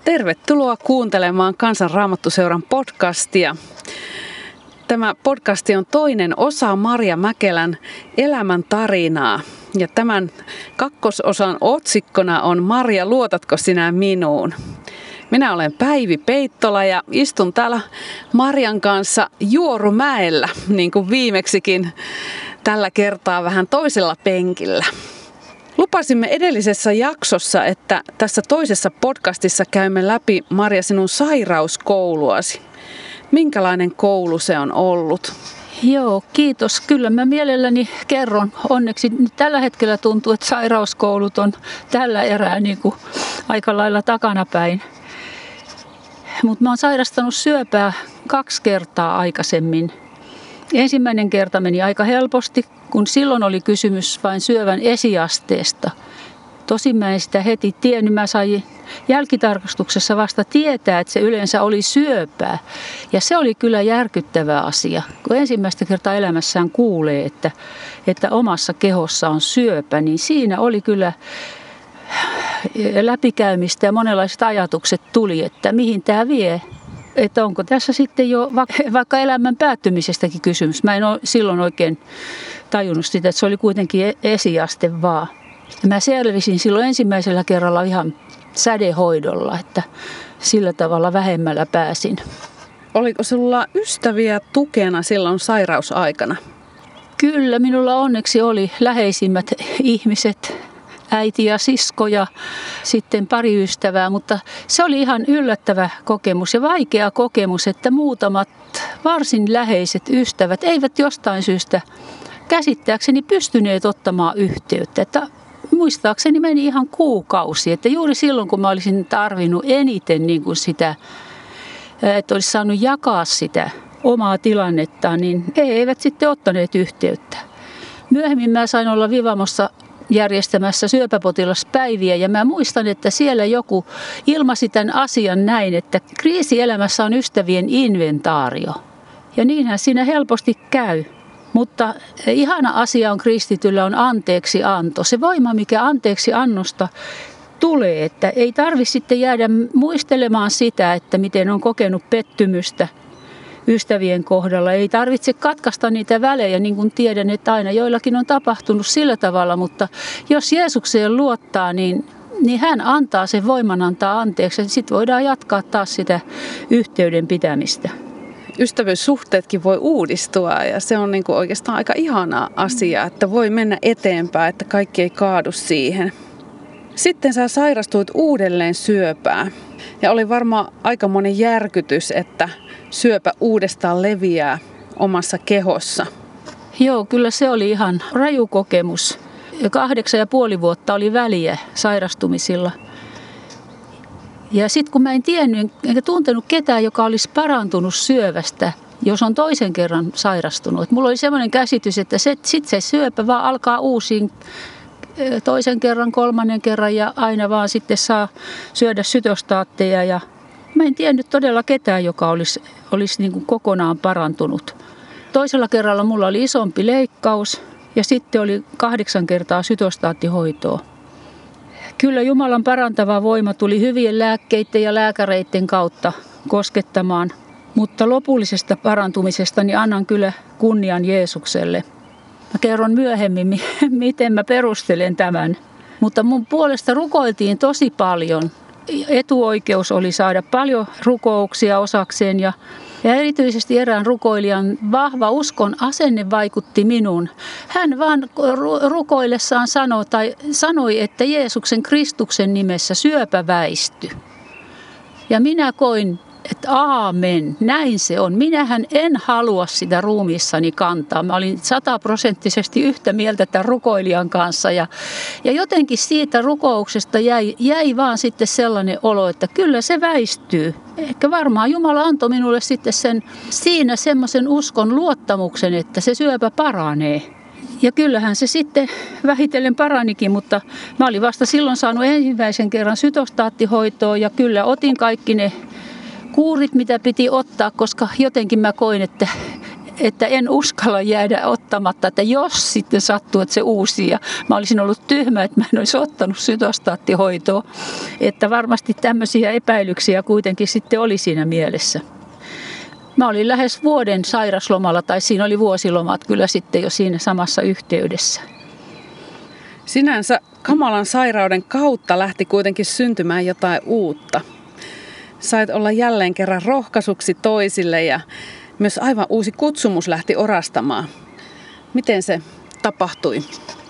Tervetuloa kuuntelemaan Kansan Raamattuseuran podcastia. Tämä podcasti on toinen osa Marja Mäkelän elämän tarinaa. Ja tämän kakkososan otsikkona on Marja, luotatko sinä minuun? Minä olen Päivi Peittola ja istun täällä Marjan kanssa Juorumäellä, niin kuin viimeksikin tällä kertaa vähän toisella penkillä. Lupasimme edellisessä jaksossa, että tässä toisessa podcastissa käymme läpi, Marja, sinun sairauskouluasi. Minkälainen koulu se on ollut? Joo, kiitos. Kyllä mä mielelläni kerron. Onneksi nyt tällä hetkellä tuntuu, että sairauskoulut on tällä erää niin kuin aika lailla takanapäin. Mutta mä oon sairastanut syöpää 2 kertaa aikaisemmin. Ensimmäinen kerta meni aika helposti, kun silloin oli kysymys vain syövän esiasteesta. Tosin mä en sitä heti tiennyt. Mä sain jälkitarkastuksessa vasta tietää, että se yleensä oli syöpää. Ja se oli kyllä järkyttävä asia, kun ensimmäistä kertaa elämässään kuulee, että omassa kehossa on syöpä, niin siinä oli kyllä läpikäymistä ja monenlaiset ajatukset tuli, että mihin tämä vie. Että onko tässä sitten jo vaikka elämän päättymisestäkin kysymys. Mä en ole silloin oikein tajunnut sitä, että se oli kuitenkin esiaste vaan. Mä selvisin silloin ensimmäisellä kerralla ihan sädehoidolla, että sillä tavalla vähemmällä pääsin. Oliko sinulla ystäviä tukena silloin sairausaikana? Kyllä, minulla onneksi oli läheisimmät ihmiset, äiti ja sisko ja sitten pari ystävää, mutta se oli ihan yllättävä kokemus ja vaikea kokemus, että muutamat varsin läheiset ystävät eivät jostain syystä käsittääkseni pystyneet ottamaan yhteyttä. Että muistaakseni meni ihan kuukausi, että juuri silloin kun mä olisin tarvinnut eniten niin kuin sitä, että olisi saanut jakaa sitä omaa tilannettaan, niin he eivät sitten ottaneet yhteyttä. Myöhemmin mä sain olla Vivamossa järjestämässä syöpäpotilaspäiviä ja mä muistan, että siellä joku ilmaisi tämän asian näin, että kriisielämässä on ystävien inventaario. Ja niinhän siinä helposti käy. Mutta ihana asia on kristityllä on anteeksianto. Se voima, mikä anteeksiannosta tulee, että ei tarvitse sitten jäädä muistelemaan sitä, että miten on kokenut pettymystä ystävien kohdalla. Ei tarvitse katkaista niitä välejä, niin kuin tiedän, että aina joillakin on tapahtunut sillä tavalla, mutta jos Jeesukseen luottaa, niin hän antaa sen voiman antaa anteeksi. Sitten voidaan jatkaa taas sitä yhteyden pitämistä. Ystävyyssuhteetkin voi uudistua ja se on niin kuin oikeastaan aika ihana asia, että voi mennä eteenpäin, että kaikki ei kaadu siihen. Sitten sä sairastuit uudelleen syöpään ja oli varmaan aikamoinen järkytys, että syöpä uudestaan leviää omassa kehossa. Joo, kyllä se oli ihan raju kokemus. 8,5 vuotta oli väliä sairastumisilla. Ja sitten kun mä en tiennyt enkä tuntenut ketään, joka olisi parantunut syövästä, jos on toisen kerran sairastunut. Et mulla oli semmoinen käsitys, että sitten se syöpä vaan alkaa uusiin toisen kerran, 3. kerran ja aina vaan sitten saa syödä sytostaatteja. Ja mä en tiennyt todella ketään, joka olisi niin kuin kokonaan parantunut. Toisella kerralla mulla oli isompi leikkaus ja sitten oli 8 kertaa sytostaattihoitoa. Kyllä Jumalan parantava voima tuli hyvien lääkkeiden ja lääkäreiden kautta koskettamaan, mutta lopullisesta parantumisestani annan kyllä kunnian Jeesukselle. Mä kerron myöhemmin, miten mä perustelen tämän. Mutta mun puolesta rukoiltiin tosi paljon. Etuoikeus oli saada paljon rukouksia osakseen ja erityisesti erään rukoilijan vahva uskon asenne vaikutti minuun. Hän vaan rukoillessaan sanoi, että Jeesuksen Kristuksen nimessä syöpä väistyi. Ja minä koin, että aamen, näin se on. Minähän en halua sitä ruumiissani kantaa. Mä olin 100% yhtä mieltä tämän rukoilijan kanssa. Ja jotenkin siitä rukouksesta jäi vaan sitten sellainen olo, että kyllä se väistyy. Ehkä varmaan Jumala antoi minulle sitten siinä semmoisen uskon luottamuksen, että se syöpä paranee. Ja kyllähän se sitten vähitellen paranikin, mutta mä olin vasta silloin saanut ensimmäisen kerran sytostaattihoitoa ja kyllä otin kaikki ne kuurit, mitä piti ottaa, koska jotenkin mä koin, että että en uskalla jäädä ottamatta, että jos sitten sattuu, että se uusii. Ja mä olisin ollut tyhmä, että mä en olisi ottanut sytostaattihoitoa. Että varmasti tämmöisiä epäilyksiä kuitenkin sitten oli siinä mielessä. Mä olin lähes vuoden sairaslomalla, tai siinä oli vuosilomat kyllä sitten jo siinä samassa yhteydessä. Sinänsä kamalan sairauden kautta lähti kuitenkin syntymään jotain uutta. Sait olla jälleen kerran rohkaisuksi toisille ja myös aivan uusi kutsumus lähti orastamaan. Miten se tapahtui?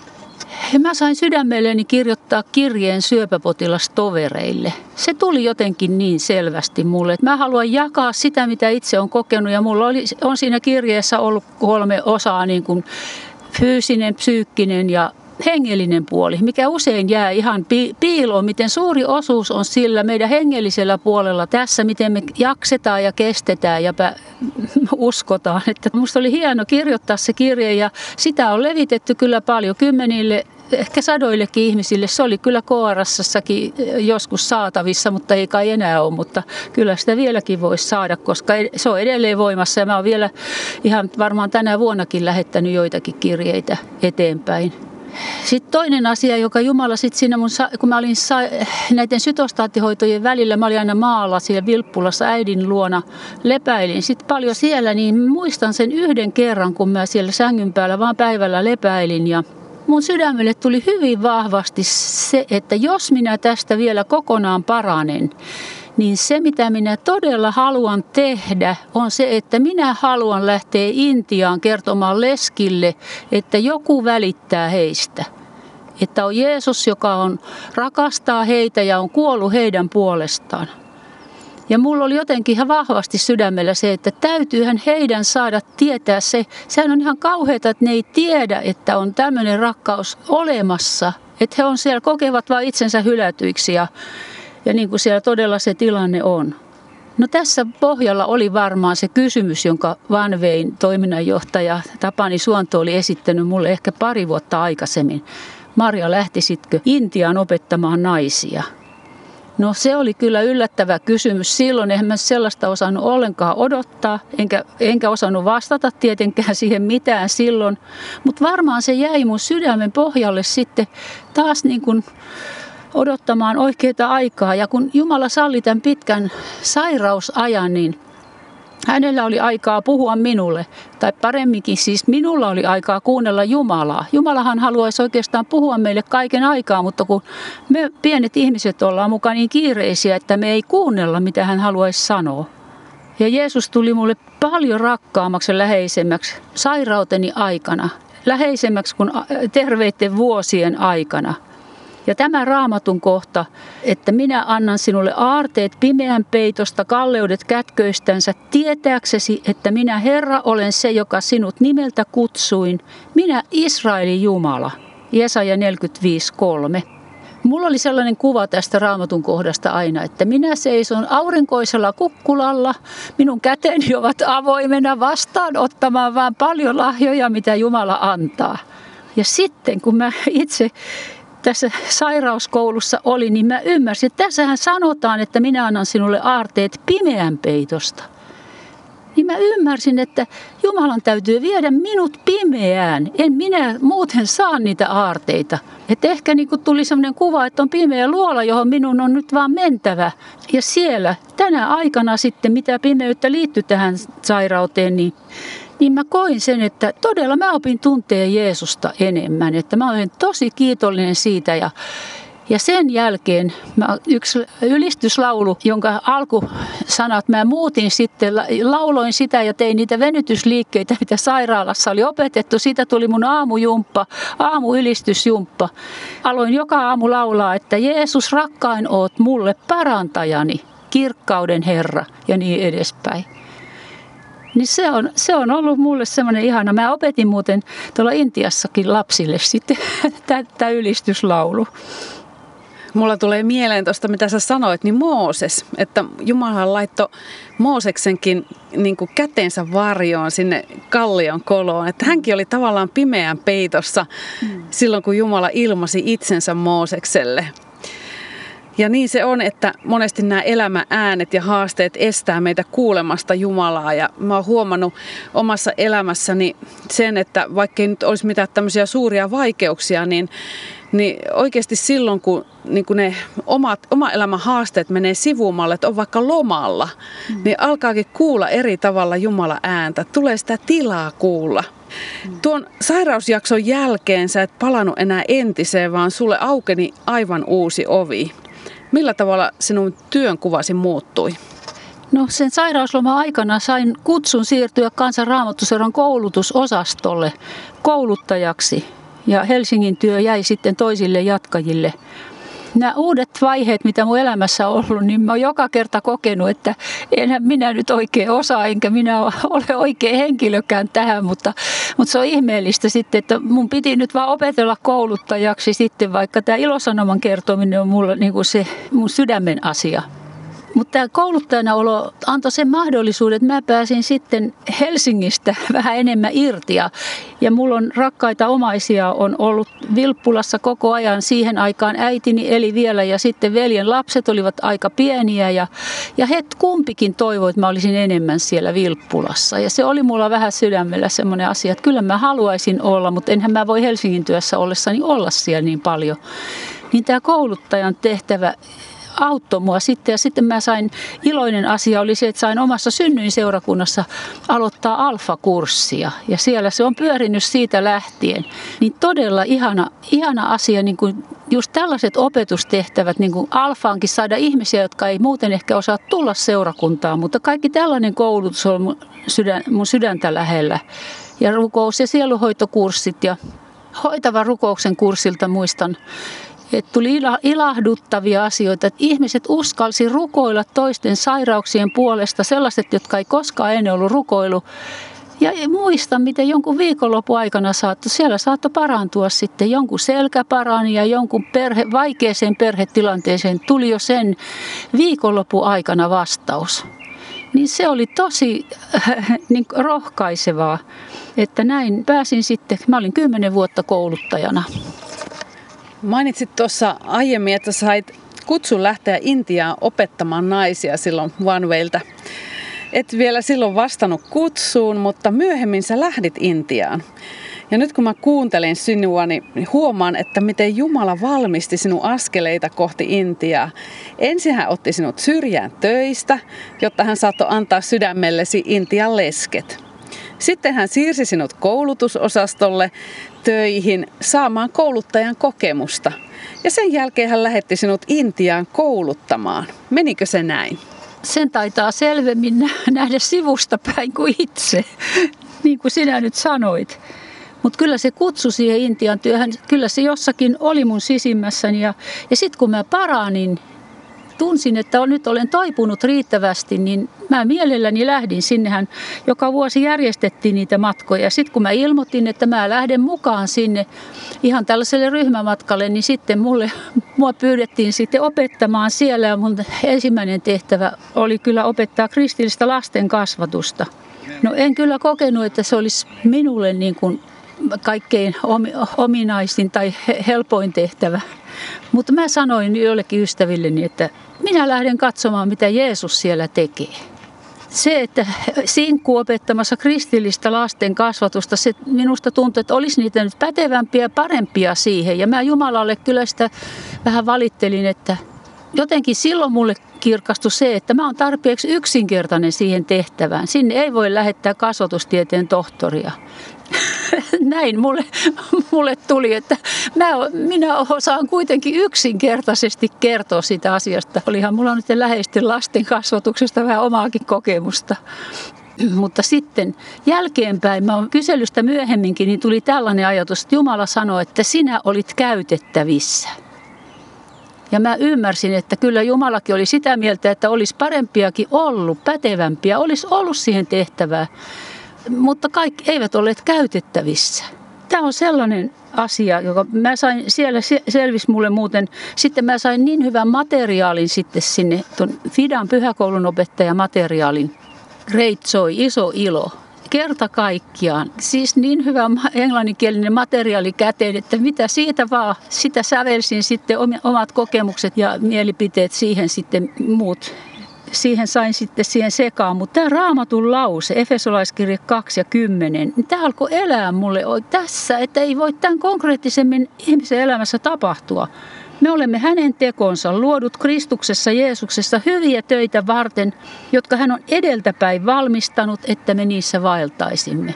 Mä sain sydämelleni kirjoittaa kirjeen syöpäpotilastovereille. Se tuli jotenkin niin selvästi mulle, että mä haluan jakaa sitä, mitä itse olen kokenut. Ja mulla on siinä kirjeessä ollut 3 osaa, niin kuin fyysinen, psyykkinen ja hengellinen puoli, mikä usein jää ihan piiloon, miten suuri osuus on sillä meidän hengellisellä puolella tässä, miten me jaksetaan ja kestetään ja uskotaan. Että musta oli hieno kirjoittaa se kirje ja sitä on levitetty kyllä paljon kymmenille, ehkä sadoillekin ihmisille. Se oli kyllä KR:ssakin joskus saatavissa, mutta ei kai enää ole, mutta kyllä sitä vieläkin voisi saada, koska se on edelleen voimassa ja mä oon vielä ihan varmaan tänä vuonnakin lähettänyt joitakin kirjeitä eteenpäin. Sitten toinen asia, joka Jumala sitten siinä kun mä olin näiden sytostaattihoitojen välillä, mä olin aina maalla siellä Vilppulassa äidin luona, lepäilin sitten paljon siellä, niin muistan sen yhden kerran, kun mä siellä sängyn päällä vaan päivällä lepäilin ja mun sydämelle tuli hyvin vahvasti se, että jos minä tästä vielä kokonaan paranen, niin se, mitä minä todella haluan tehdä, on se, että minä haluan lähteä Intiaan kertomaan leskille, että joku välittää heistä. Että on Jeesus, joka rakastaa heitä ja on kuollut heidän puolestaan. Ja mulla oli jotenkin ihan vahvasti sydämellä se, että täytyyhän heidän saada tietää se. Sehän on ihan kauheata, että ne ei tiedä, että on tämmöinen rakkaus olemassa. Että he on siellä, kokevat vain itsensä hylätyiksi ja niin kuin siellä todella se tilanne on. No tässä pohjalla oli varmaan se kysymys, jonka Vanvein toiminnanjohtaja Tapani Suonto oli esittänyt mulle ehkä 2 vuotta aikaisemmin. Marja, lähtisitkö Intiaan opettamaan naisia? No se oli kyllä yllättävä kysymys silloin, eihän mä sellaista osannut ollenkaan odottaa, enkä osannut vastata tietenkään siihen mitään silloin. Mutta varmaan se jäi mun sydämen pohjalle sitten taas niin kuin odottamaan oikeaa aikaa. Ja kun Jumala salli tämän pitkän sairausajan, niin hänellä oli aikaa puhua minulle. Tai paremminkin siis minulla oli aikaa kuunnella Jumalaa. Jumalahan haluaisi oikeastaan puhua meille kaiken aikaa, mutta kun me pienet ihmiset ollaan mukaan niin kiireisiä, että me ei kuunnella, mitä hän haluaisi sanoa. Ja Jeesus tuli mulle paljon rakkaammaksi ja läheisemmäksi sairauteni aikana. Läheisemmäksi kuin terveiden vuosien aikana. Ja tämä Raamatun kohta, että minä annan sinulle aarteet pimeän peitosta, kalleudet kätköistänsä, tietääksesi, että minä Herra olen se, joka sinut nimeltä kutsuin, minä Israelin Jumala. Jesaja 45:3. Mulla oli sellainen kuva tästä Raamatun kohdasta aina, että minä seison aurinkoisella kukkulalla, minun käteni ovat avoimena vastaanottamaan vaan paljon lahjoja, mitä Jumala antaa. Ja sitten kun mä itse tässä sairauskoulussa oli, niin mä ymmärsin, että tässähän sanotaan, että minä annan sinulle aarteet pimeän peitosta. Niin mä ymmärsin, että Jumalan täytyy viedä minut pimeään. En minä muuten saa niitä aarteita. Että ehkä niin kuin tuli sellainen kuva, että on pimeä luola, johon minun on nyt vaan mentävä. Ja siellä tänä aikana sitten, mitä pimeyttä liittyi tähän sairauteen, niin mä koin sen, että todella mä opin tuntee Jeesusta enemmän. Että mä olen tosi kiitollinen siitä ja sen jälkeen yksi ylistyslaulu, jonka alkusanat mä muutin sitten, lauloin sitä ja tein niitä venytysliikkeitä, mitä sairaalassa oli opetettu. Siitä tuli mun aamuylistysjumppa. Aloin joka aamu laulaa, että Jeesus rakkain oot mulle parantajani, kirkkauden Herra ja niin edespäin. Niin se on ollut mulle semmoinen ihana. Mä opetin muuten tuolla Intiassakin lapsille sitten tämä ylistyslaulu. Mulla tulee mieleen tuosta, mitä sä sanoit, niin Mooses, että Jumala laittoi Mooseksenkin niin kuin kätensä varjoon sinne kallion koloon. Että hänkin oli tavallaan pimeän peitossa silloin, kun Jumala ilmasi itsensä Moosekselle. Ja niin se on, että monesti nämä elämääänet ja haasteet estää meitä kuulemasta Jumalaa. Ja mä oon huomannut omassa elämässäni sen, että vaikka ei nyt olisi mitään tämmöisiä suuria vaikeuksia, niin oikeasti silloin, kun ne oma elämän haasteet menee sivuumalle, että on vaikka lomalla, niin alkaakin kuulla eri tavalla Jumalan ääntä. Tulee sitä tilaa kuulla. Tuon sairausjakson jälkeen sä et palannut enää entiseen, vaan sulle aukeni aivan uusi ovi. Millä tavalla sinun työnkuvasi muuttui? No sen sairausloma aikana sain kutsun siirtyä Kansan Raamattuseuran koulutusosastolle kouluttajaksi. Ja Helsingin työ jäi sitten toisille jatkajille. Nämä uudet vaiheet, mitä mun elämässä on ollut, niin mä oon joka kerta kokenut, että enhän minä nyt oikein osaa, enkä minä ole oikein henkilökään tähän, mutta se on ihmeellistä sitten, että mun piti nyt vaan opetella kouluttajaksi sitten, vaikka tämä ilosanoman kertominen on mulla niin kuin se mun sydämen asia. Mutta tämä kouluttajana olo antoi sen mahdollisuuden, että mä pääsin sitten Helsingistä vähän enemmän irti. Ja mulla on rakkaita omaisia, on ollut Vilppulassa koko ajan. Siihen aikaan äitini eli vielä ja sitten veljen lapset olivat aika pieniä. Ja he kumpikin toivoivat, että mä olisin enemmän siellä Vilppulassa. Ja se oli mulla vähän sydämellä semmoinen asia, että kyllä mä haluaisin olla, mutta enhän mä voi Helsingin työssä ollessani olla siellä niin paljon. Niin tämä kouluttajan tehtävä auttoi mua sitten ja sitten mä sain, iloinen asia oli se, että sain omassa synnyinseurakunnassa aloittaa alfakurssia ja siellä se on pyörinyt siitä lähtien. Niin todella ihana asia, niin kuin just tällaiset opetustehtävät, niin kuin alfaankin saada ihmisiä, jotka ei muuten ehkä osaa tulla seurakuntaan, mutta kaikki tällainen koulutus on mun sydäntä lähellä. Ja rukous- ja sielunhoitokurssit ja hoitavan rukouksen kurssilta muistan, että tuli ilahduttavia asioita, että ihmiset uskalsi rukoilla toisten sairauksien puolesta, sellaiset, jotka ei koskaan ennen ollut rukoilu. Ja muistan, miten jonkun viikonlopun aikana siellä saattoi parantua sitten, jonkun selkä parani ja jonkun vaikeaseen perhetilanteeseen tuli jo sen viikonlopun aikana vastaus. Niin se oli tosi niin rohkaisevaa, että näin pääsin sitten, mä olin 10 vuotta kouluttajana. Mainitsit tuossa aiemmin, että sait kutsun lähteä Intiaan opettamaan naisia silloin OneWayltä. Et vielä silloin vastannut kutsuun, mutta myöhemmin sä lähdit Intiaan. Ja nyt kun mä kuuntelin sinua, niin huomaan, että miten Jumala valmisti sinun askeleita kohti Intiaa. Ensin hän otti sinut syrjään töistä, jotta hän saattoi antaa sydämellesi Intian lesket. Sitten hän siirsi sinut koulutusosastolle töihin saamaan kouluttajan kokemusta. Ja sen jälkeen hän lähetti sinut Intiaan kouluttamaan. Menikö se näin? Sen taitaa selvemmin nähdä sivusta päin kuin itse, niin kuin sinä nyt sanoit. Mutta kyllä se kutsu siihen Intian työhön, kyllä se jossakin oli mun sisimmässäni. Ja sitten kun mä paranin, tunsin, että nyt olen toipunut riittävästi, niin mä mielelläni lähdin. Sinnehän joka vuosi järjestettiin niitä matkoja. Sitten kun mä ilmoitin, että mä lähden mukaan sinne ihan tällaiselle ryhmämatkalle, niin sitten mua pyydettiin sitten opettamaan siellä. Ja mun ensimmäinen tehtävä oli kyllä opettaa kristillistä lasten kasvatusta. No en kyllä kokenut, että se olisi minulle niin kuin kaikkein ominaisin tai helpoin tehtävä. Mutta mä sanoin joillekin ystävilleni, että minä lähden katsomaan, mitä Jeesus siellä tekee. Se, että sinkku opettamassa kristillistä lasten kasvatusta, se minusta tuntui, että olisi niitä nyt pätevämpiä ja parempia siihen. Ja mä Jumalalle kyllä sitä vähän valittelin, että jotenkin silloin mulle kirkastui se, että mä oon tarpeeksi yksinkertainen siihen tehtävään. Sinne ei voi lähettää kasvatustieteen tohtoria. Näin mulle tuli, että minä osaan kuitenkin yksinkertaisesti kertoa siitä asiasta. Olihan mulla nyt läheisten lasten kasvatuksesta vähän omaakin kokemusta. Mutta sitten jälkeenpäin, mä oon kyselystä myöhemminkin, niin tuli tällainen ajatus, että Jumala sanoi, että sinä olit käytettävissä. Ja mä ymmärsin, että kyllä Jumalakin oli sitä mieltä, että olisi parempiakin ollut, pätevämpiä, olisi ollut siihen tehtävään. Mutta kaikki eivät olleet käytettävissä. Tämä on sellainen asia, joka mä sain, siellä selvisi mulle muuten, sitten mä sain niin hyvän materiaalin sitten sinne, tuon Fidan pyhäkoulun opettajamateriaalin. Great joy, iso ilo. kerta kaikkiaan. Siis niin hyvä englanninkielinen materiaali käteen, että mitä siitä vaan, sitä sävelsin sitten omat kokemukset ja mielipiteet siihen sitten muut. Siihen sain sitten siihen sekaan, mutta tämä Raamatun lause, Efesolaiskirje 2 ja 10, niin tämä alkoi elää mulle tässä, että ei voi tämän konkreettisemmin ihmisen elämässä tapahtua. Me olemme hänen tekonsa, luodut Kristuksessa Jeesuksessa hyviä töitä varten, jotka hän on edeltäpäin valmistanut, että me niissä vaeltaisimme.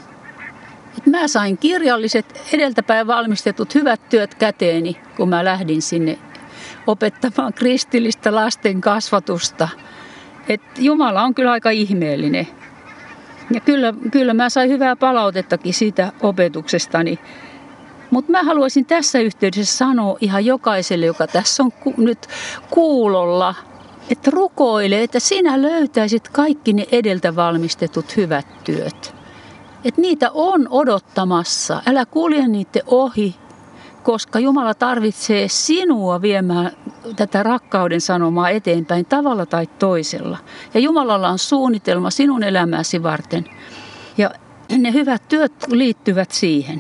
Mä sain kirjalliset edeltäpäin valmistetut hyvät työt käteeni, kun mä lähdin sinne opettamaan kristillistä lasten kasvatusta. Että Jumala on kyllä aika ihmeellinen. Ja kyllä mä sain hyvää palautettakin siitä opetuksestani. Mutta mä haluaisin tässä yhteydessä sanoa ihan jokaiselle, joka tässä on nyt kuulolla, että rukoile, että sinä löytäisit kaikki ne edeltä valmistetut hyvät työt. Että niitä on odottamassa. Älä kulje niiden ohi, koska Jumala tarvitsee sinua viemään tätä rakkauden sanomaa eteenpäin tavalla tai toisella. Ja Jumalalla on suunnitelma sinun elämäsi varten. Ja ne hyvät työt liittyvät siihen.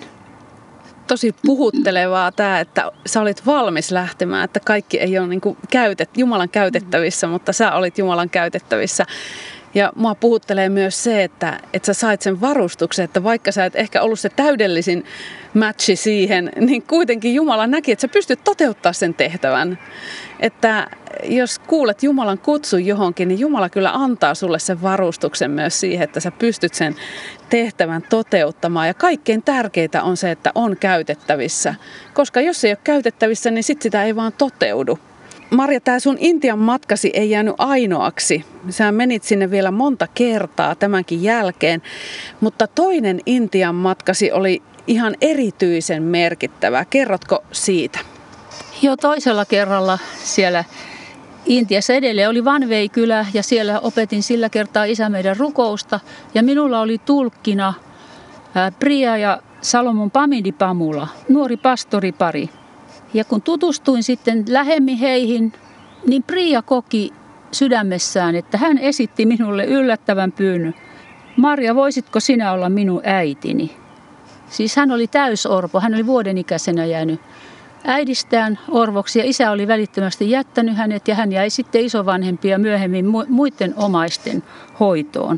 Tosi puhuttelevaa tämä, että sä olit valmis lähtemään, että kaikki ei ole niin kuin Jumalan käytettävissä, mutta sä olit Jumalan käytettävissä. Ja mua puhuttelee myös se, että sä sait sen varustuksen, että vaikka sä et ehkä ollut se täydellisin matchi siihen, niin kuitenkin Jumala näki, että sä pystyt toteuttamaan sen tehtävän. Että jos kuulet Jumalan kutsun johonkin, niin Jumala kyllä antaa sulle sen varustuksen myös siihen, että sä pystyt sen tehtävän toteuttamaan. Ja kaikkein tärkeintä on se, että on käytettävissä. Koska jos ei ole käytettävissä, niin sit sitä ei vaan toteudu. Marja, tämä sun Intian matkasi ei jäänyt ainoaksi. Sä menit sinne vielä monta kertaa tämänkin jälkeen, mutta toinen Intian matkasi oli ihan erityisen merkittävä. Kerrotko siitä? Jo toisella kerralla siellä Intiassa edelleen oli Vanvei-kylä ja siellä opetin sillä kertaa Isä meidän rukousta. Ja minulla oli tulkkina Priya ja Salomon Pamidipamula, nuori pastoripari. Ja kun tutustuin sitten lähemmin heihin, niin Priya koki sydämessään, että hän esitti minulle yllättävän pyynnön. Marja, voisitko sinä olla minun äitini? Siis hän oli täysorpo, hän oli vuoden ikäisenä jäänyt äidistään orvoksi ja isä oli välittömästi jättänyt hänet ja hän jäi sitten isovanhempia myöhemmin muiden omaisten hoitoon.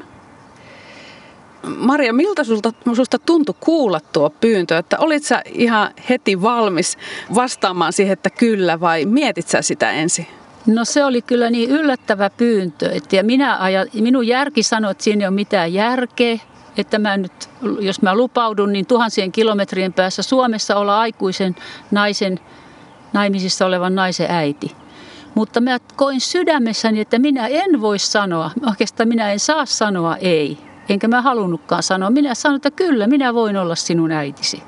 Marja, miltä susta tuntui kuulla tuo pyyntö, että olit sä ihan heti valmis vastaamaan siihen, että kyllä vai mietit sä sitä ensin? No se oli kyllä niin yllättävä pyyntö, että minun järki sanoi, että siinä ei ole mitään järkeä, että jos mä lupaudun, niin tuhansien kilometrien päässä Suomessa olla aikuisen naisen, naimisissa olevan naisen äiti. Mutta mä koin sydämessäni, että minä en voi sanoa, oikeastaan minä en saa sanoa ei. Enkä mä halunnutkaan sanoa. Minä sanoin, että kyllä, minä voin olla sinun äitisi.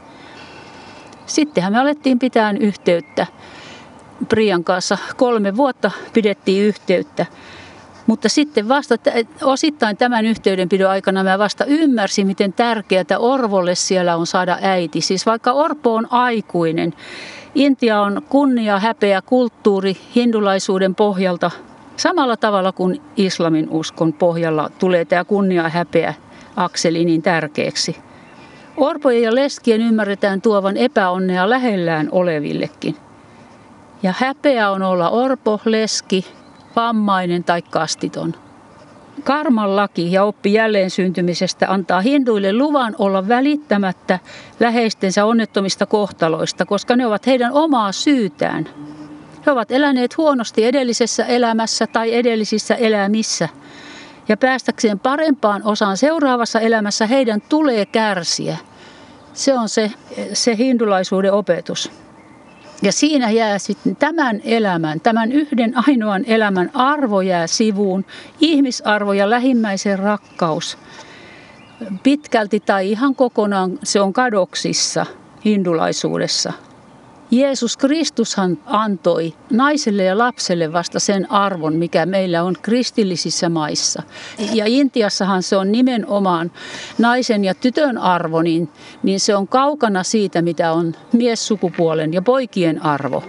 Sittenhän me alettiin pitämään yhteyttä. Priyan kanssa 3 vuotta pidettiin yhteyttä. Mutta sitten vasta osittain tämän yhteydenpidon aikana mä vasta ymmärsin, miten tärkeää orvolle siellä on saada äiti. Siis vaikka orpo on aikuinen, Intia on kunnia, häpeä, kulttuuri hindulaisuuden pohjalta. Samalla tavalla kuin islamin uskon pohjalla tulee tämä kunnia ja häpeä akseli niin tärkeäksi. Orpojen ja leskien ymmärretään tuovan epäonnea lähellään olevillekin. Ja häpeä on olla orpo, leski, vammainen tai kastiton. Karman laki ja oppi jälleen syntymisestä antaa hinduille luvan olla välittämättä läheistensä onnettomista kohtaloista, koska ne ovat heidän omaa syytään. He ovat eläneet huonosti edellisessä elämässä tai edellisissä elämissä. Ja päästäkseen parempaan osaan seuraavassa elämässä heidän tulee kärsiä. Se on se hindulaisuuden opetus. Ja siinä jää sitten tämän yhden ainoan elämän arvo jää sivuun. Ihmisarvo ja lähimmäisen rakkaus. Pitkälti tai ihan kokonaan se on kadoksissa hindulaisuudessa. Jeesus Kristushan antoi naiselle ja lapselle vasta sen arvon, mikä meillä on kristillisissä maissa. Ja Intiassahan se on nimenomaan naisen ja tytön arvo, niin se on kaukana siitä, mitä on miessukupuolen ja poikien arvo.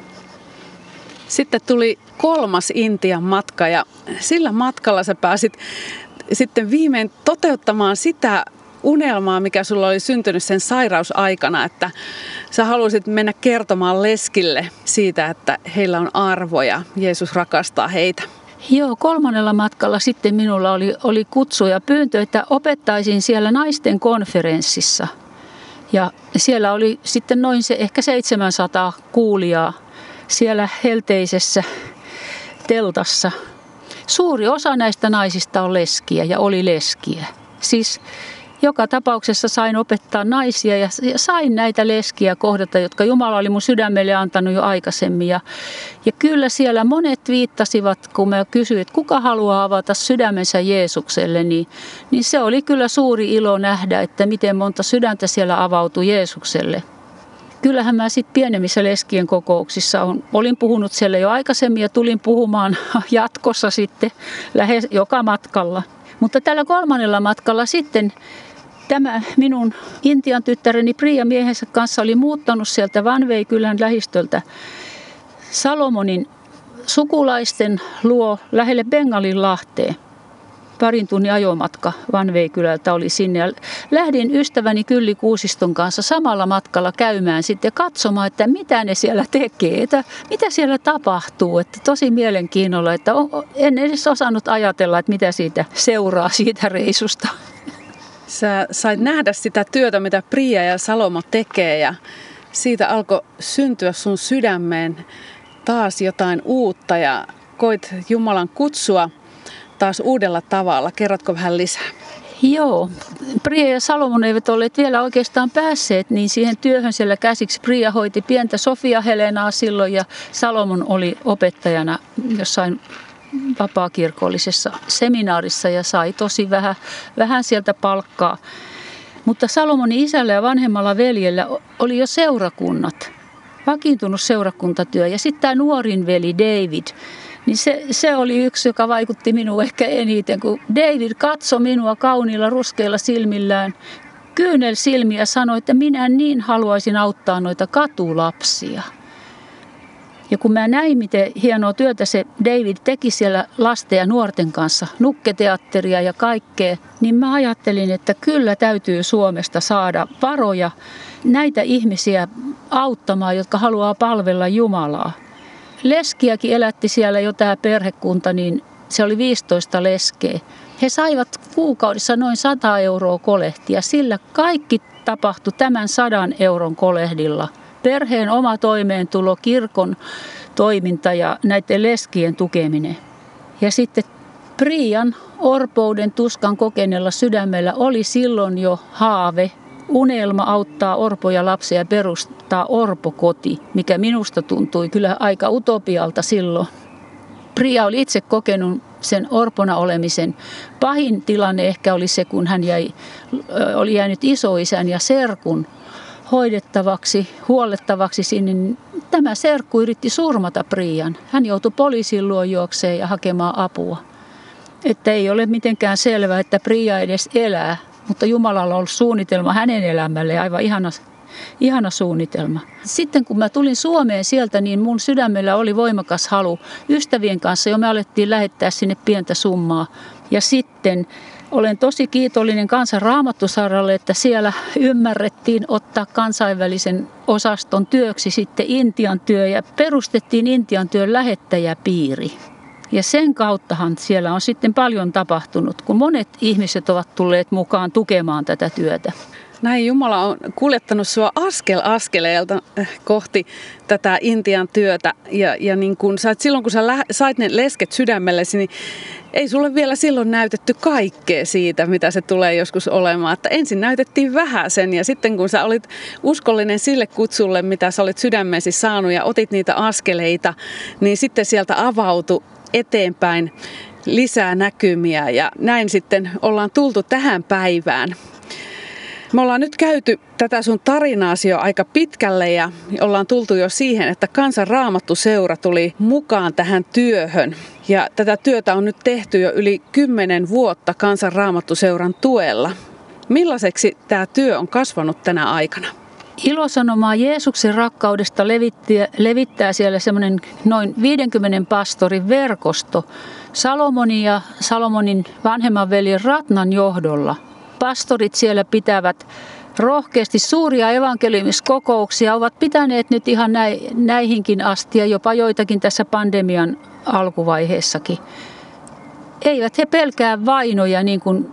Sitten tuli 3. Intian matka ja sillä matkalla sä pääsit sitten viimein toteuttamaan sitä unelmaa, mikä sulla oli syntynyt sen sairausaikana, että sä halusit mennä kertomaan leskille siitä, että heillä on arvo ja Jeesus rakastaa heitä? Joo, 3. matkalla sitten minulla oli kutsu ja pyyntö, että opettaisin siellä naisten konferenssissa. Ja siellä oli sitten noin ehkä 700 kuulijaa siellä helteisessä teltassa. Suuri osa näistä naisista on leskiä ja oli leskiä. Siis joka tapauksessa sain opettaa naisia ja sain näitä leskiä kohdata, jotka Jumala oli mun sydämelle antanut jo aikaisemmin. Ja kyllä siellä monet viittasivat, kun mä kysyin, että kuka haluaa avata sydämensä Jeesukselle, niin se oli kyllä suuri ilo nähdä, että miten monta sydäntä siellä avautui Jeesukselle. Kyllähän mä sitten pienemmissä leskien kokouksissa olin puhunut siellä jo aikaisemmin ja tulin puhumaan jatkossa sitten lähes joka matkalla. Mutta tällä 3. matkalla sitten tämä minun Intian tyttäreni Priya miehensä kanssa oli muuttanut sieltä Vanveikylän lähistöltä Salomonin sukulaisten luo lähelle Bengalinlahteen. 2 tunnin ajomatka Vanveikylältä oli sinne ja lähdin ystäväni Kylli Kuusiston kanssa samalla matkalla käymään sitten katsomaan, että mitä ne siellä tekee, että mitä siellä tapahtuu. Että tosi mielenkiinnolla, että en edes osannut ajatella, että mitä siitä seuraa siitä reisusta. Sä sait nähdä sitä työtä, mitä Priya ja Salomo tekee ja siitä alkoi syntyä sun sydämeen taas jotain uutta ja koit Jumalan kutsua taas uudella tavalla. Kerrotko vähän lisää? Joo. Priya ja Salomon eivät olleet vielä oikeastaan päässeet niin siihen työhön siellä käsiksi. Priya hoiti pientä Sofia Helenaa silloin ja Salomon oli opettajana jossain vapaakirkollisessa seminaarissa ja sai tosi vähän sieltä palkkaa. Mutta Salomonin isällä ja vanhemmalla veljellä oli jo seurakunnat, vakiintunut seurakuntatyö. Ja sitten tämä nuorin veli David, niin se oli yksi, joka vaikutti minuun ehkä eniten, kun David katsoi minua kauniilla ruskeilla silmillään, kyynelsilmiä, sanoi, että minä niin haluaisin auttaa noita katulapsia. Ja kun mä näin, miten hienoa työtä se David teki siellä lasten ja nuorten kanssa, nukketeatteria ja kaikkea, niin mä ajattelin, että kyllä täytyy Suomesta saada varoja näitä ihmisiä auttamaan, jotka haluaa palvella Jumalaa. Leskiäkin elätti siellä jo tämä perhekunta, niin se oli 15 leskeä. He saivat kuukaudessa noin 100 euroa kolehtia. Sillä kaikki tapahtui tämän 100 euron kolehdilla. Perheen oma toimeentulo, kirkon toiminta ja näiden leskien tukeminen. Ja sitten Priyan orpouden tuskan kokeneella sydämellä oli silloin jo haave, unelma auttaa orpoja lapsia perustaa orpokoti, mikä minusta tuntui kyllä aika utopialta silloin. Priya oli itse kokenut sen orpona olemisen. Pahin tilanne ehkä oli se, kun hän oli jäänyt isoisän ja serkun hoidettavaksi, huollettavaksi sinne. Tämä serkku yritti surmata Priyan. Hän joutui poliisin luo juokseen ja hakemaan apua. Että ei ole mitenkään selvää, että Priya edes elää, mutta Jumalalla on ollut suunnitelma hänen elämälleen, aivan ihana suunnitelma. Sitten kun mä tulin Suomeen sieltä, niin mun sydämellä oli voimakas halu. Ystävien kanssa jo me alettiin lähettää sinne pientä summaa. Ja sitten olen tosi kiitollinen Kansan Raamattusarjalle, että siellä ymmärrettiin ottaa kansainvälisen osaston työksi sitten Intian työ ja perustettiin Intian työn lähettäjäpiiri. Ja sen kauttahan siellä on sitten paljon tapahtunut, kun monet ihmiset ovat tulleet mukaan tukemaan tätä työtä. Näin Jumala on kuljettanut sinua askel askeleelta kohti tätä Intian työtä. Ja niin kun silloin kun sä sait ne lesket sydämellesi, niin ei sulle vielä silloin näytetty kaikkea siitä, mitä se tulee joskus olemaan. Että ensin näytettiin vähäsen ja sitten kun sä olit uskollinen sille kutsulle, mitä sä olit sydämesi saanut ja otit niitä askeleita, niin sitten sieltä avautui eteenpäin lisää näkymiä ja näin sitten ollaan tultu tähän päivään. Me ollaan nyt käyty tätä sun tarinaasi jo aika pitkälle ja ollaan tultu jo siihen, että Kansan Raamattuseura tuli mukaan tähän työhön. Ja tätä työtä on nyt tehty jo yli 10 vuotta Kansan Raamattuseuran tuella. Millaiseksi tämä työ on kasvanut tänä aikana? Ilosanomaa Jeesuksen rakkaudesta levittää siellä semmoinen noin 50 pastorin verkosto Salomonin ja Salomonin vanhemman veljen Ratnan johdolla. pastorit siellä pitävät rohkeasti suuria evankeliumiskokouksia, ovat pitäneet nyt ihan näihinkin asti ja jopa joitakin tässä pandemian alkuvaiheessakin. Eivät he pelkää vainoja, niin kuin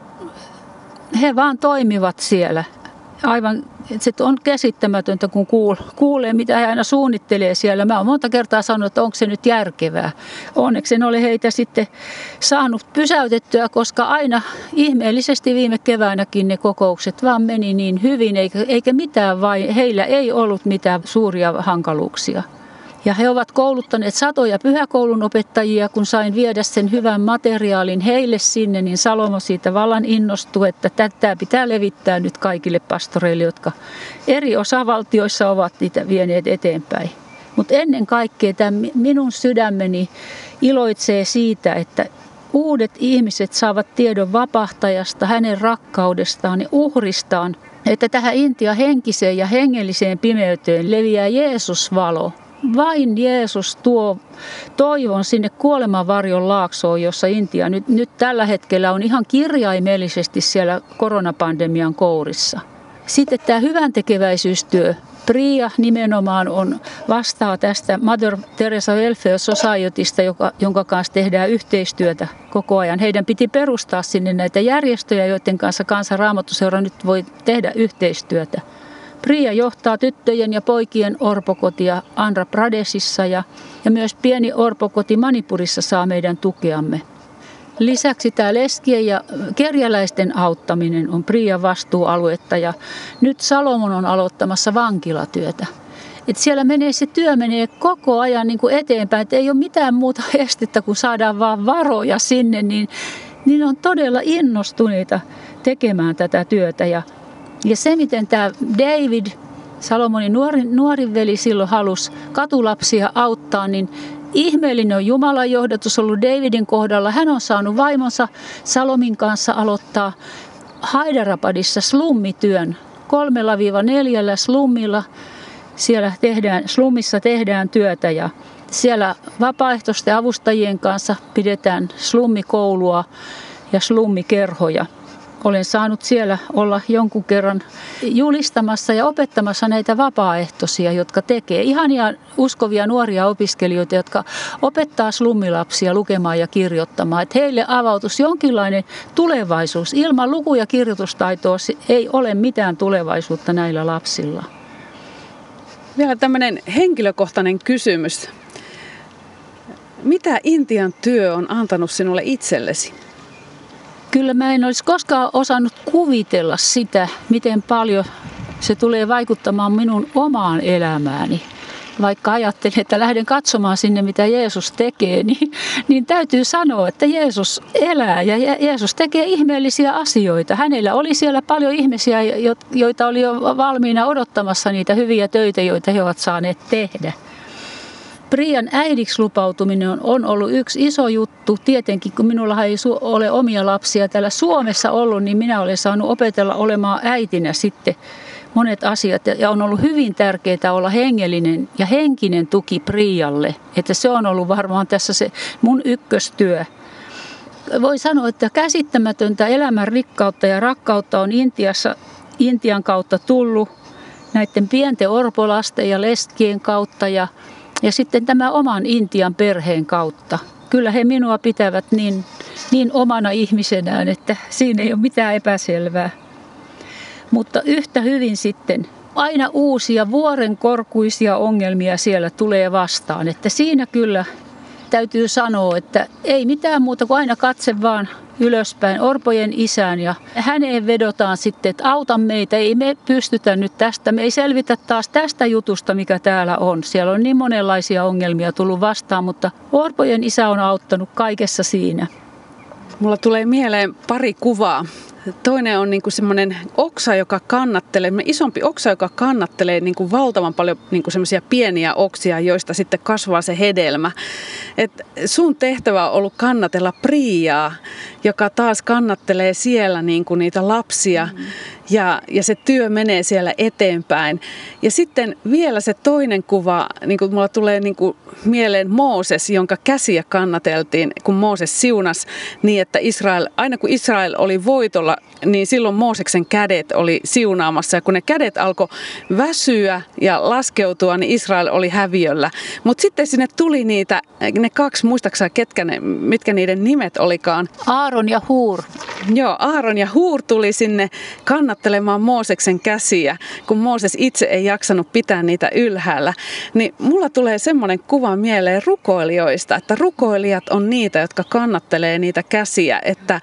he vaan toimivat siellä. Aivan, se on käsittämätöntä, kun kuulee, mitä he aina suunnittelee siellä. Mä oon monta kertaa sanonut, että onko se nyt järkevää. Onneksi en ole heitä sitten saanut pysäytettyä, koska aina ihmeellisesti viime keväänäkin ne kokoukset vaan meni niin hyvin, eikä mitään heillä ei ollut mitään suuria hankaluuksia. Ja he ovat kouluttaneet satoja pyhäkoulun opettajia, kun sain viedä sen hyvän materiaalin heille sinne, niin Salomo siitä vallan innostui, että tätä pitää levittää nyt kaikille pastoreille, jotka eri osavaltioissa ovat niitä vieneet eteenpäin. Mutta ennen kaikkea tämä minun sydämeni iloitsee siitä, että uudet ihmiset saavat tiedon vapahtajasta, hänen rakkaudestaan ja uhristaan, että tähän Intian henkiseen ja hengelliseen pimeyteen leviää Jeesus-valo. Vain Jeesus tuo toivon sinne kuolemanvarjon laaksoon, jossa Intia nyt tällä hetkellä on ihan kirjaimellisesti siellä koronapandemian kourissa. Sitten tämä hyväntekeväisyystyö. Priya nimenomaan vastaa tästä Mother Teresa Welfare Societysta, jonka kanssa tehdään yhteistyötä koko ajan. Heidän piti perustaa sinne näitä järjestöjä, joiden kanssa Kansan Raamattuseura nyt voi tehdä yhteistyötä. Priya johtaa tyttöjen ja poikien orpokotia Andhra Pradeshissa ja myös pieni orpokoti Manipurissa saa meidän tukeamme. Lisäksi tämä leskien ja kerjäläisten auttaminen on Priyan vastuualuetta ja nyt Salomon on aloittamassa vankilatyötä. Et siellä se työ menee koko ajan niin kuin eteenpäin, että ei ole mitään muuta estettä, kun saadaan vaan varoja sinne, niin on todella innostuneita tekemään tätä työtä. Ja se, miten tämä David, Salomonin nuorin veli, silloin halusi katulapsia auttaa, niin ihmeellinen on Jumalan johdatus ollut Davidin kohdalla. Hän on saanut vaimonsa Salomin kanssa aloittaa Hyderabadissa slummityön. 3-4 slummilla slummissa tehdään työtä ja siellä vapaaehtoisten avustajien kanssa pidetään slummikoulua ja slummikerhoja. Olen saanut siellä olla jonkun kerran julistamassa ja opettamassa näitä vapaaehtoisia, jotka tekee ihania uskovia nuoria opiskelijoita, jotka opettaa slummilapsia lukemaan ja kirjoittamaan. Että heille avautuisi jonkinlainen tulevaisuus. Ilman luku- ja kirjoitustaitoa ei ole mitään tulevaisuutta näillä lapsilla. Vielä tämmöinen henkilökohtainen kysymys. Mitä Intian työ on antanut sinulle itsellesi? Kyllä mä en olisi koskaan osannut kuvitella sitä, miten paljon se tulee vaikuttamaan minun omaan elämääni. Vaikka ajattelin, että lähden katsomaan sinne, mitä Jeesus tekee, niin täytyy sanoa, että Jeesus elää ja Jeesus tekee ihmeellisiä asioita. Hänellä oli siellä paljon ihmisiä, joita oli jo valmiina odottamassa niitä hyviä töitä, joita he ovat saaneet tehdä. Priyan äidiksi lupautuminen on ollut yksi iso juttu. Tietenkin, kun minulla ei ole omia lapsia täällä Suomessa ollut, niin minä olen saanut opetella olemaan äitinä sitten monet asiat. Ja on ollut hyvin tärkeää olla hengellinen ja henkinen tuki Priyalle. Että se on ollut varmaan tässä se mun ykköstyö. Voi sanoa, että käsittämätöntä elämän rikkautta ja rakkautta on Intian kautta tullut näiden pienten orpolasten ja leskien kautta ja sitten tämä oman Intian perheen kautta. Kyllä he minua pitävät niin omana ihmisenään, että siinä ei ole mitään epäselvää. Mutta yhtä hyvin sitten aina uusia vuorenkorkuisia ongelmia siellä tulee vastaan. Että siinä kyllä täytyy sanoa, että ei mitään muuta kuin aina katse vaan ylöspäin orpojen isään ja häneen vedotaan sitten, että auta meitä, ei me pystytä nyt tästä, me ei selvitä taas tästä jutusta, mikä täällä on. Siellä on niin monenlaisia ongelmia tullut vastaan, mutta orpojen isä on auttanut kaikessa siinä. Mulla tulee mieleen pari kuvaa. Toinen on niinku semmoinen oksa, joka kannattelee, isompi oksa, joka kannattelee niinku valtavan paljon niinku semmoisia pieniä oksia, joista sitten kasvaa se hedelmä. Et sun tehtävä on ollut kannatella Priyaa, joka taas kannattelee siellä niinku niitä lapsia. ja se työ menee siellä eteenpäin. Ja sitten vielä se toinen kuva, niin kuin mulla tulee niin kuin mieleen Mooses, jonka käsiä kannateltiin, kun Mooses siunasi niin, että aina kun Israel oli voitolla, niin silloin Mooseksen kädet oli siunaamassa. Ja kun ne kädet alkoi väsyä ja laskeutua, niin Israel oli häviöllä. Mutta sitten sinne tuli ne kaksi, muistaakseni mitkä niiden nimet olikaan? Aaron ja Huur. Joo, Aaron ja Huur tuli sinne kannattelemaan Mooseksen käsiä, kun Mooses itse ei jaksanut pitää niitä ylhäällä. Niin mulla tulee semmoinen kuva mieleen rukoilijoista, että rukoilijat on niitä, jotka kannattelee niitä käsiä,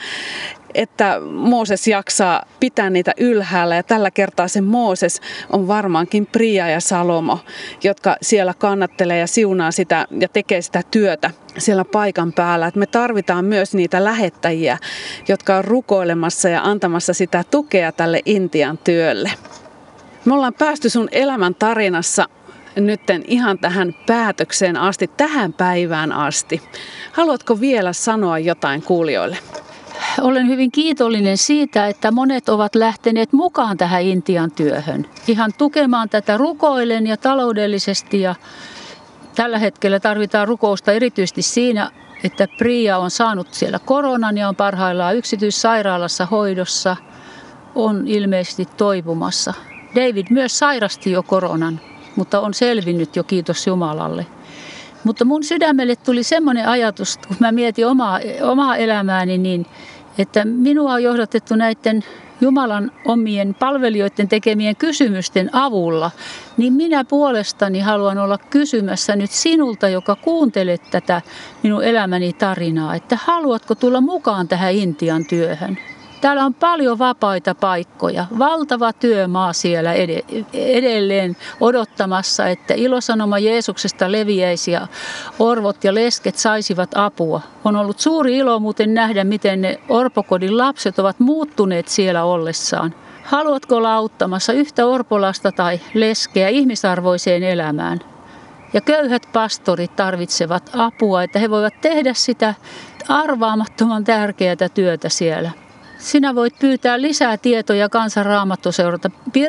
että Mooses jaksaa pitää niitä ylhäällä, ja tällä kertaa se Mooses on varmaankin Pria ja Salomo, jotka siellä kannattelee ja siunaa sitä ja tekee sitä työtä siellä paikan päällä. Että me tarvitaan myös niitä lähettäjiä, jotka on rukoilemassa ja antamassa sitä tukea tälle Intian työlle. Me ollaan päästy sun elämän tarinassa nytten ihan tähän päätökseen asti, tähän päivään asti. Haluatko vielä sanoa jotain kuulijoille? Olen hyvin kiitollinen siitä, että monet ovat lähteneet mukaan tähän Intian työhön. Ihan tukemaan tätä rukoillen ja taloudellisesti. Ja tällä hetkellä tarvitaan rukousta erityisesti siinä, että Priya on saanut siellä koronan ja on parhaillaan yksityissairaalassa hoidossa. On ilmeisesti toipumassa. David myös sairasti jo koronan, mutta on selvinnyt jo, kiitos Jumalalle. Mutta mun sydämelle tuli semmoinen ajatus, kun mä mietin omaa elämääni, niin että minua on johdatettu näiden Jumalan omien palvelijoiden tekemien kysymysten avulla, niin minä puolestani haluan olla kysymässä nyt sinulta, joka kuuntelet tätä minun elämäni tarinaa, että haluatko tulla mukaan tähän Intian työhön? Täällä on paljon vapaita paikkoja, valtava työmaa siellä edelleen odottamassa, että ilosanoma Jeesuksesta leviäisi ja orvot ja lesket saisivat apua. On ollut suuri ilo muuten nähdä, miten ne orpokodin lapset ovat muuttuneet siellä ollessaan. Haluatko olla auttamassa yhtä orpolasta tai leskeä ihmisarvoiseen elämään? Ja köyhät pastorit tarvitsevat apua, että he voivat tehdä sitä arvaamattoman tärkeää työtä siellä. Sinä voit pyytää lisää tietoja Kansan Raamattuseuralta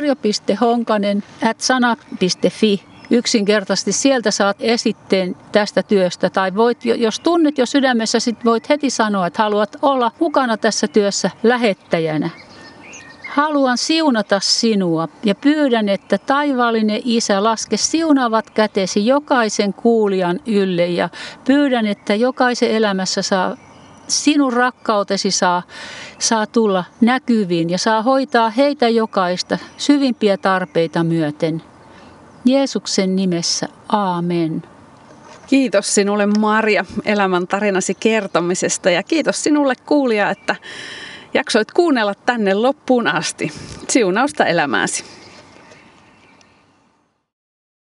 pirjo.honkanen@sana.fi. Yksinkertaisesti sieltä saat esitteen tästä työstä. Tai voit, jos tunnet jo sydämessä, sit voit heti sanoa, että haluat olla mukana tässä työssä lähettäjänä. Haluan siunata sinua ja pyydän, että taivaallinen Isä laske siunaavat kätesi jokaisen kuulijan ylle. Ja pyydän, että jokaisen elämässä sinun rakkautesi saa tulla näkyviin ja saa hoitaa heitä jokaista syvimpiä tarpeita myöten. Jeesuksen nimessä, aamen. Kiitos sinulle, Marja, elämän tarinasi kertomisesta, ja kiitos sinulle, kuulija, että jaksoit kuunnella tänne loppuun asti. Siunausta elämääsi.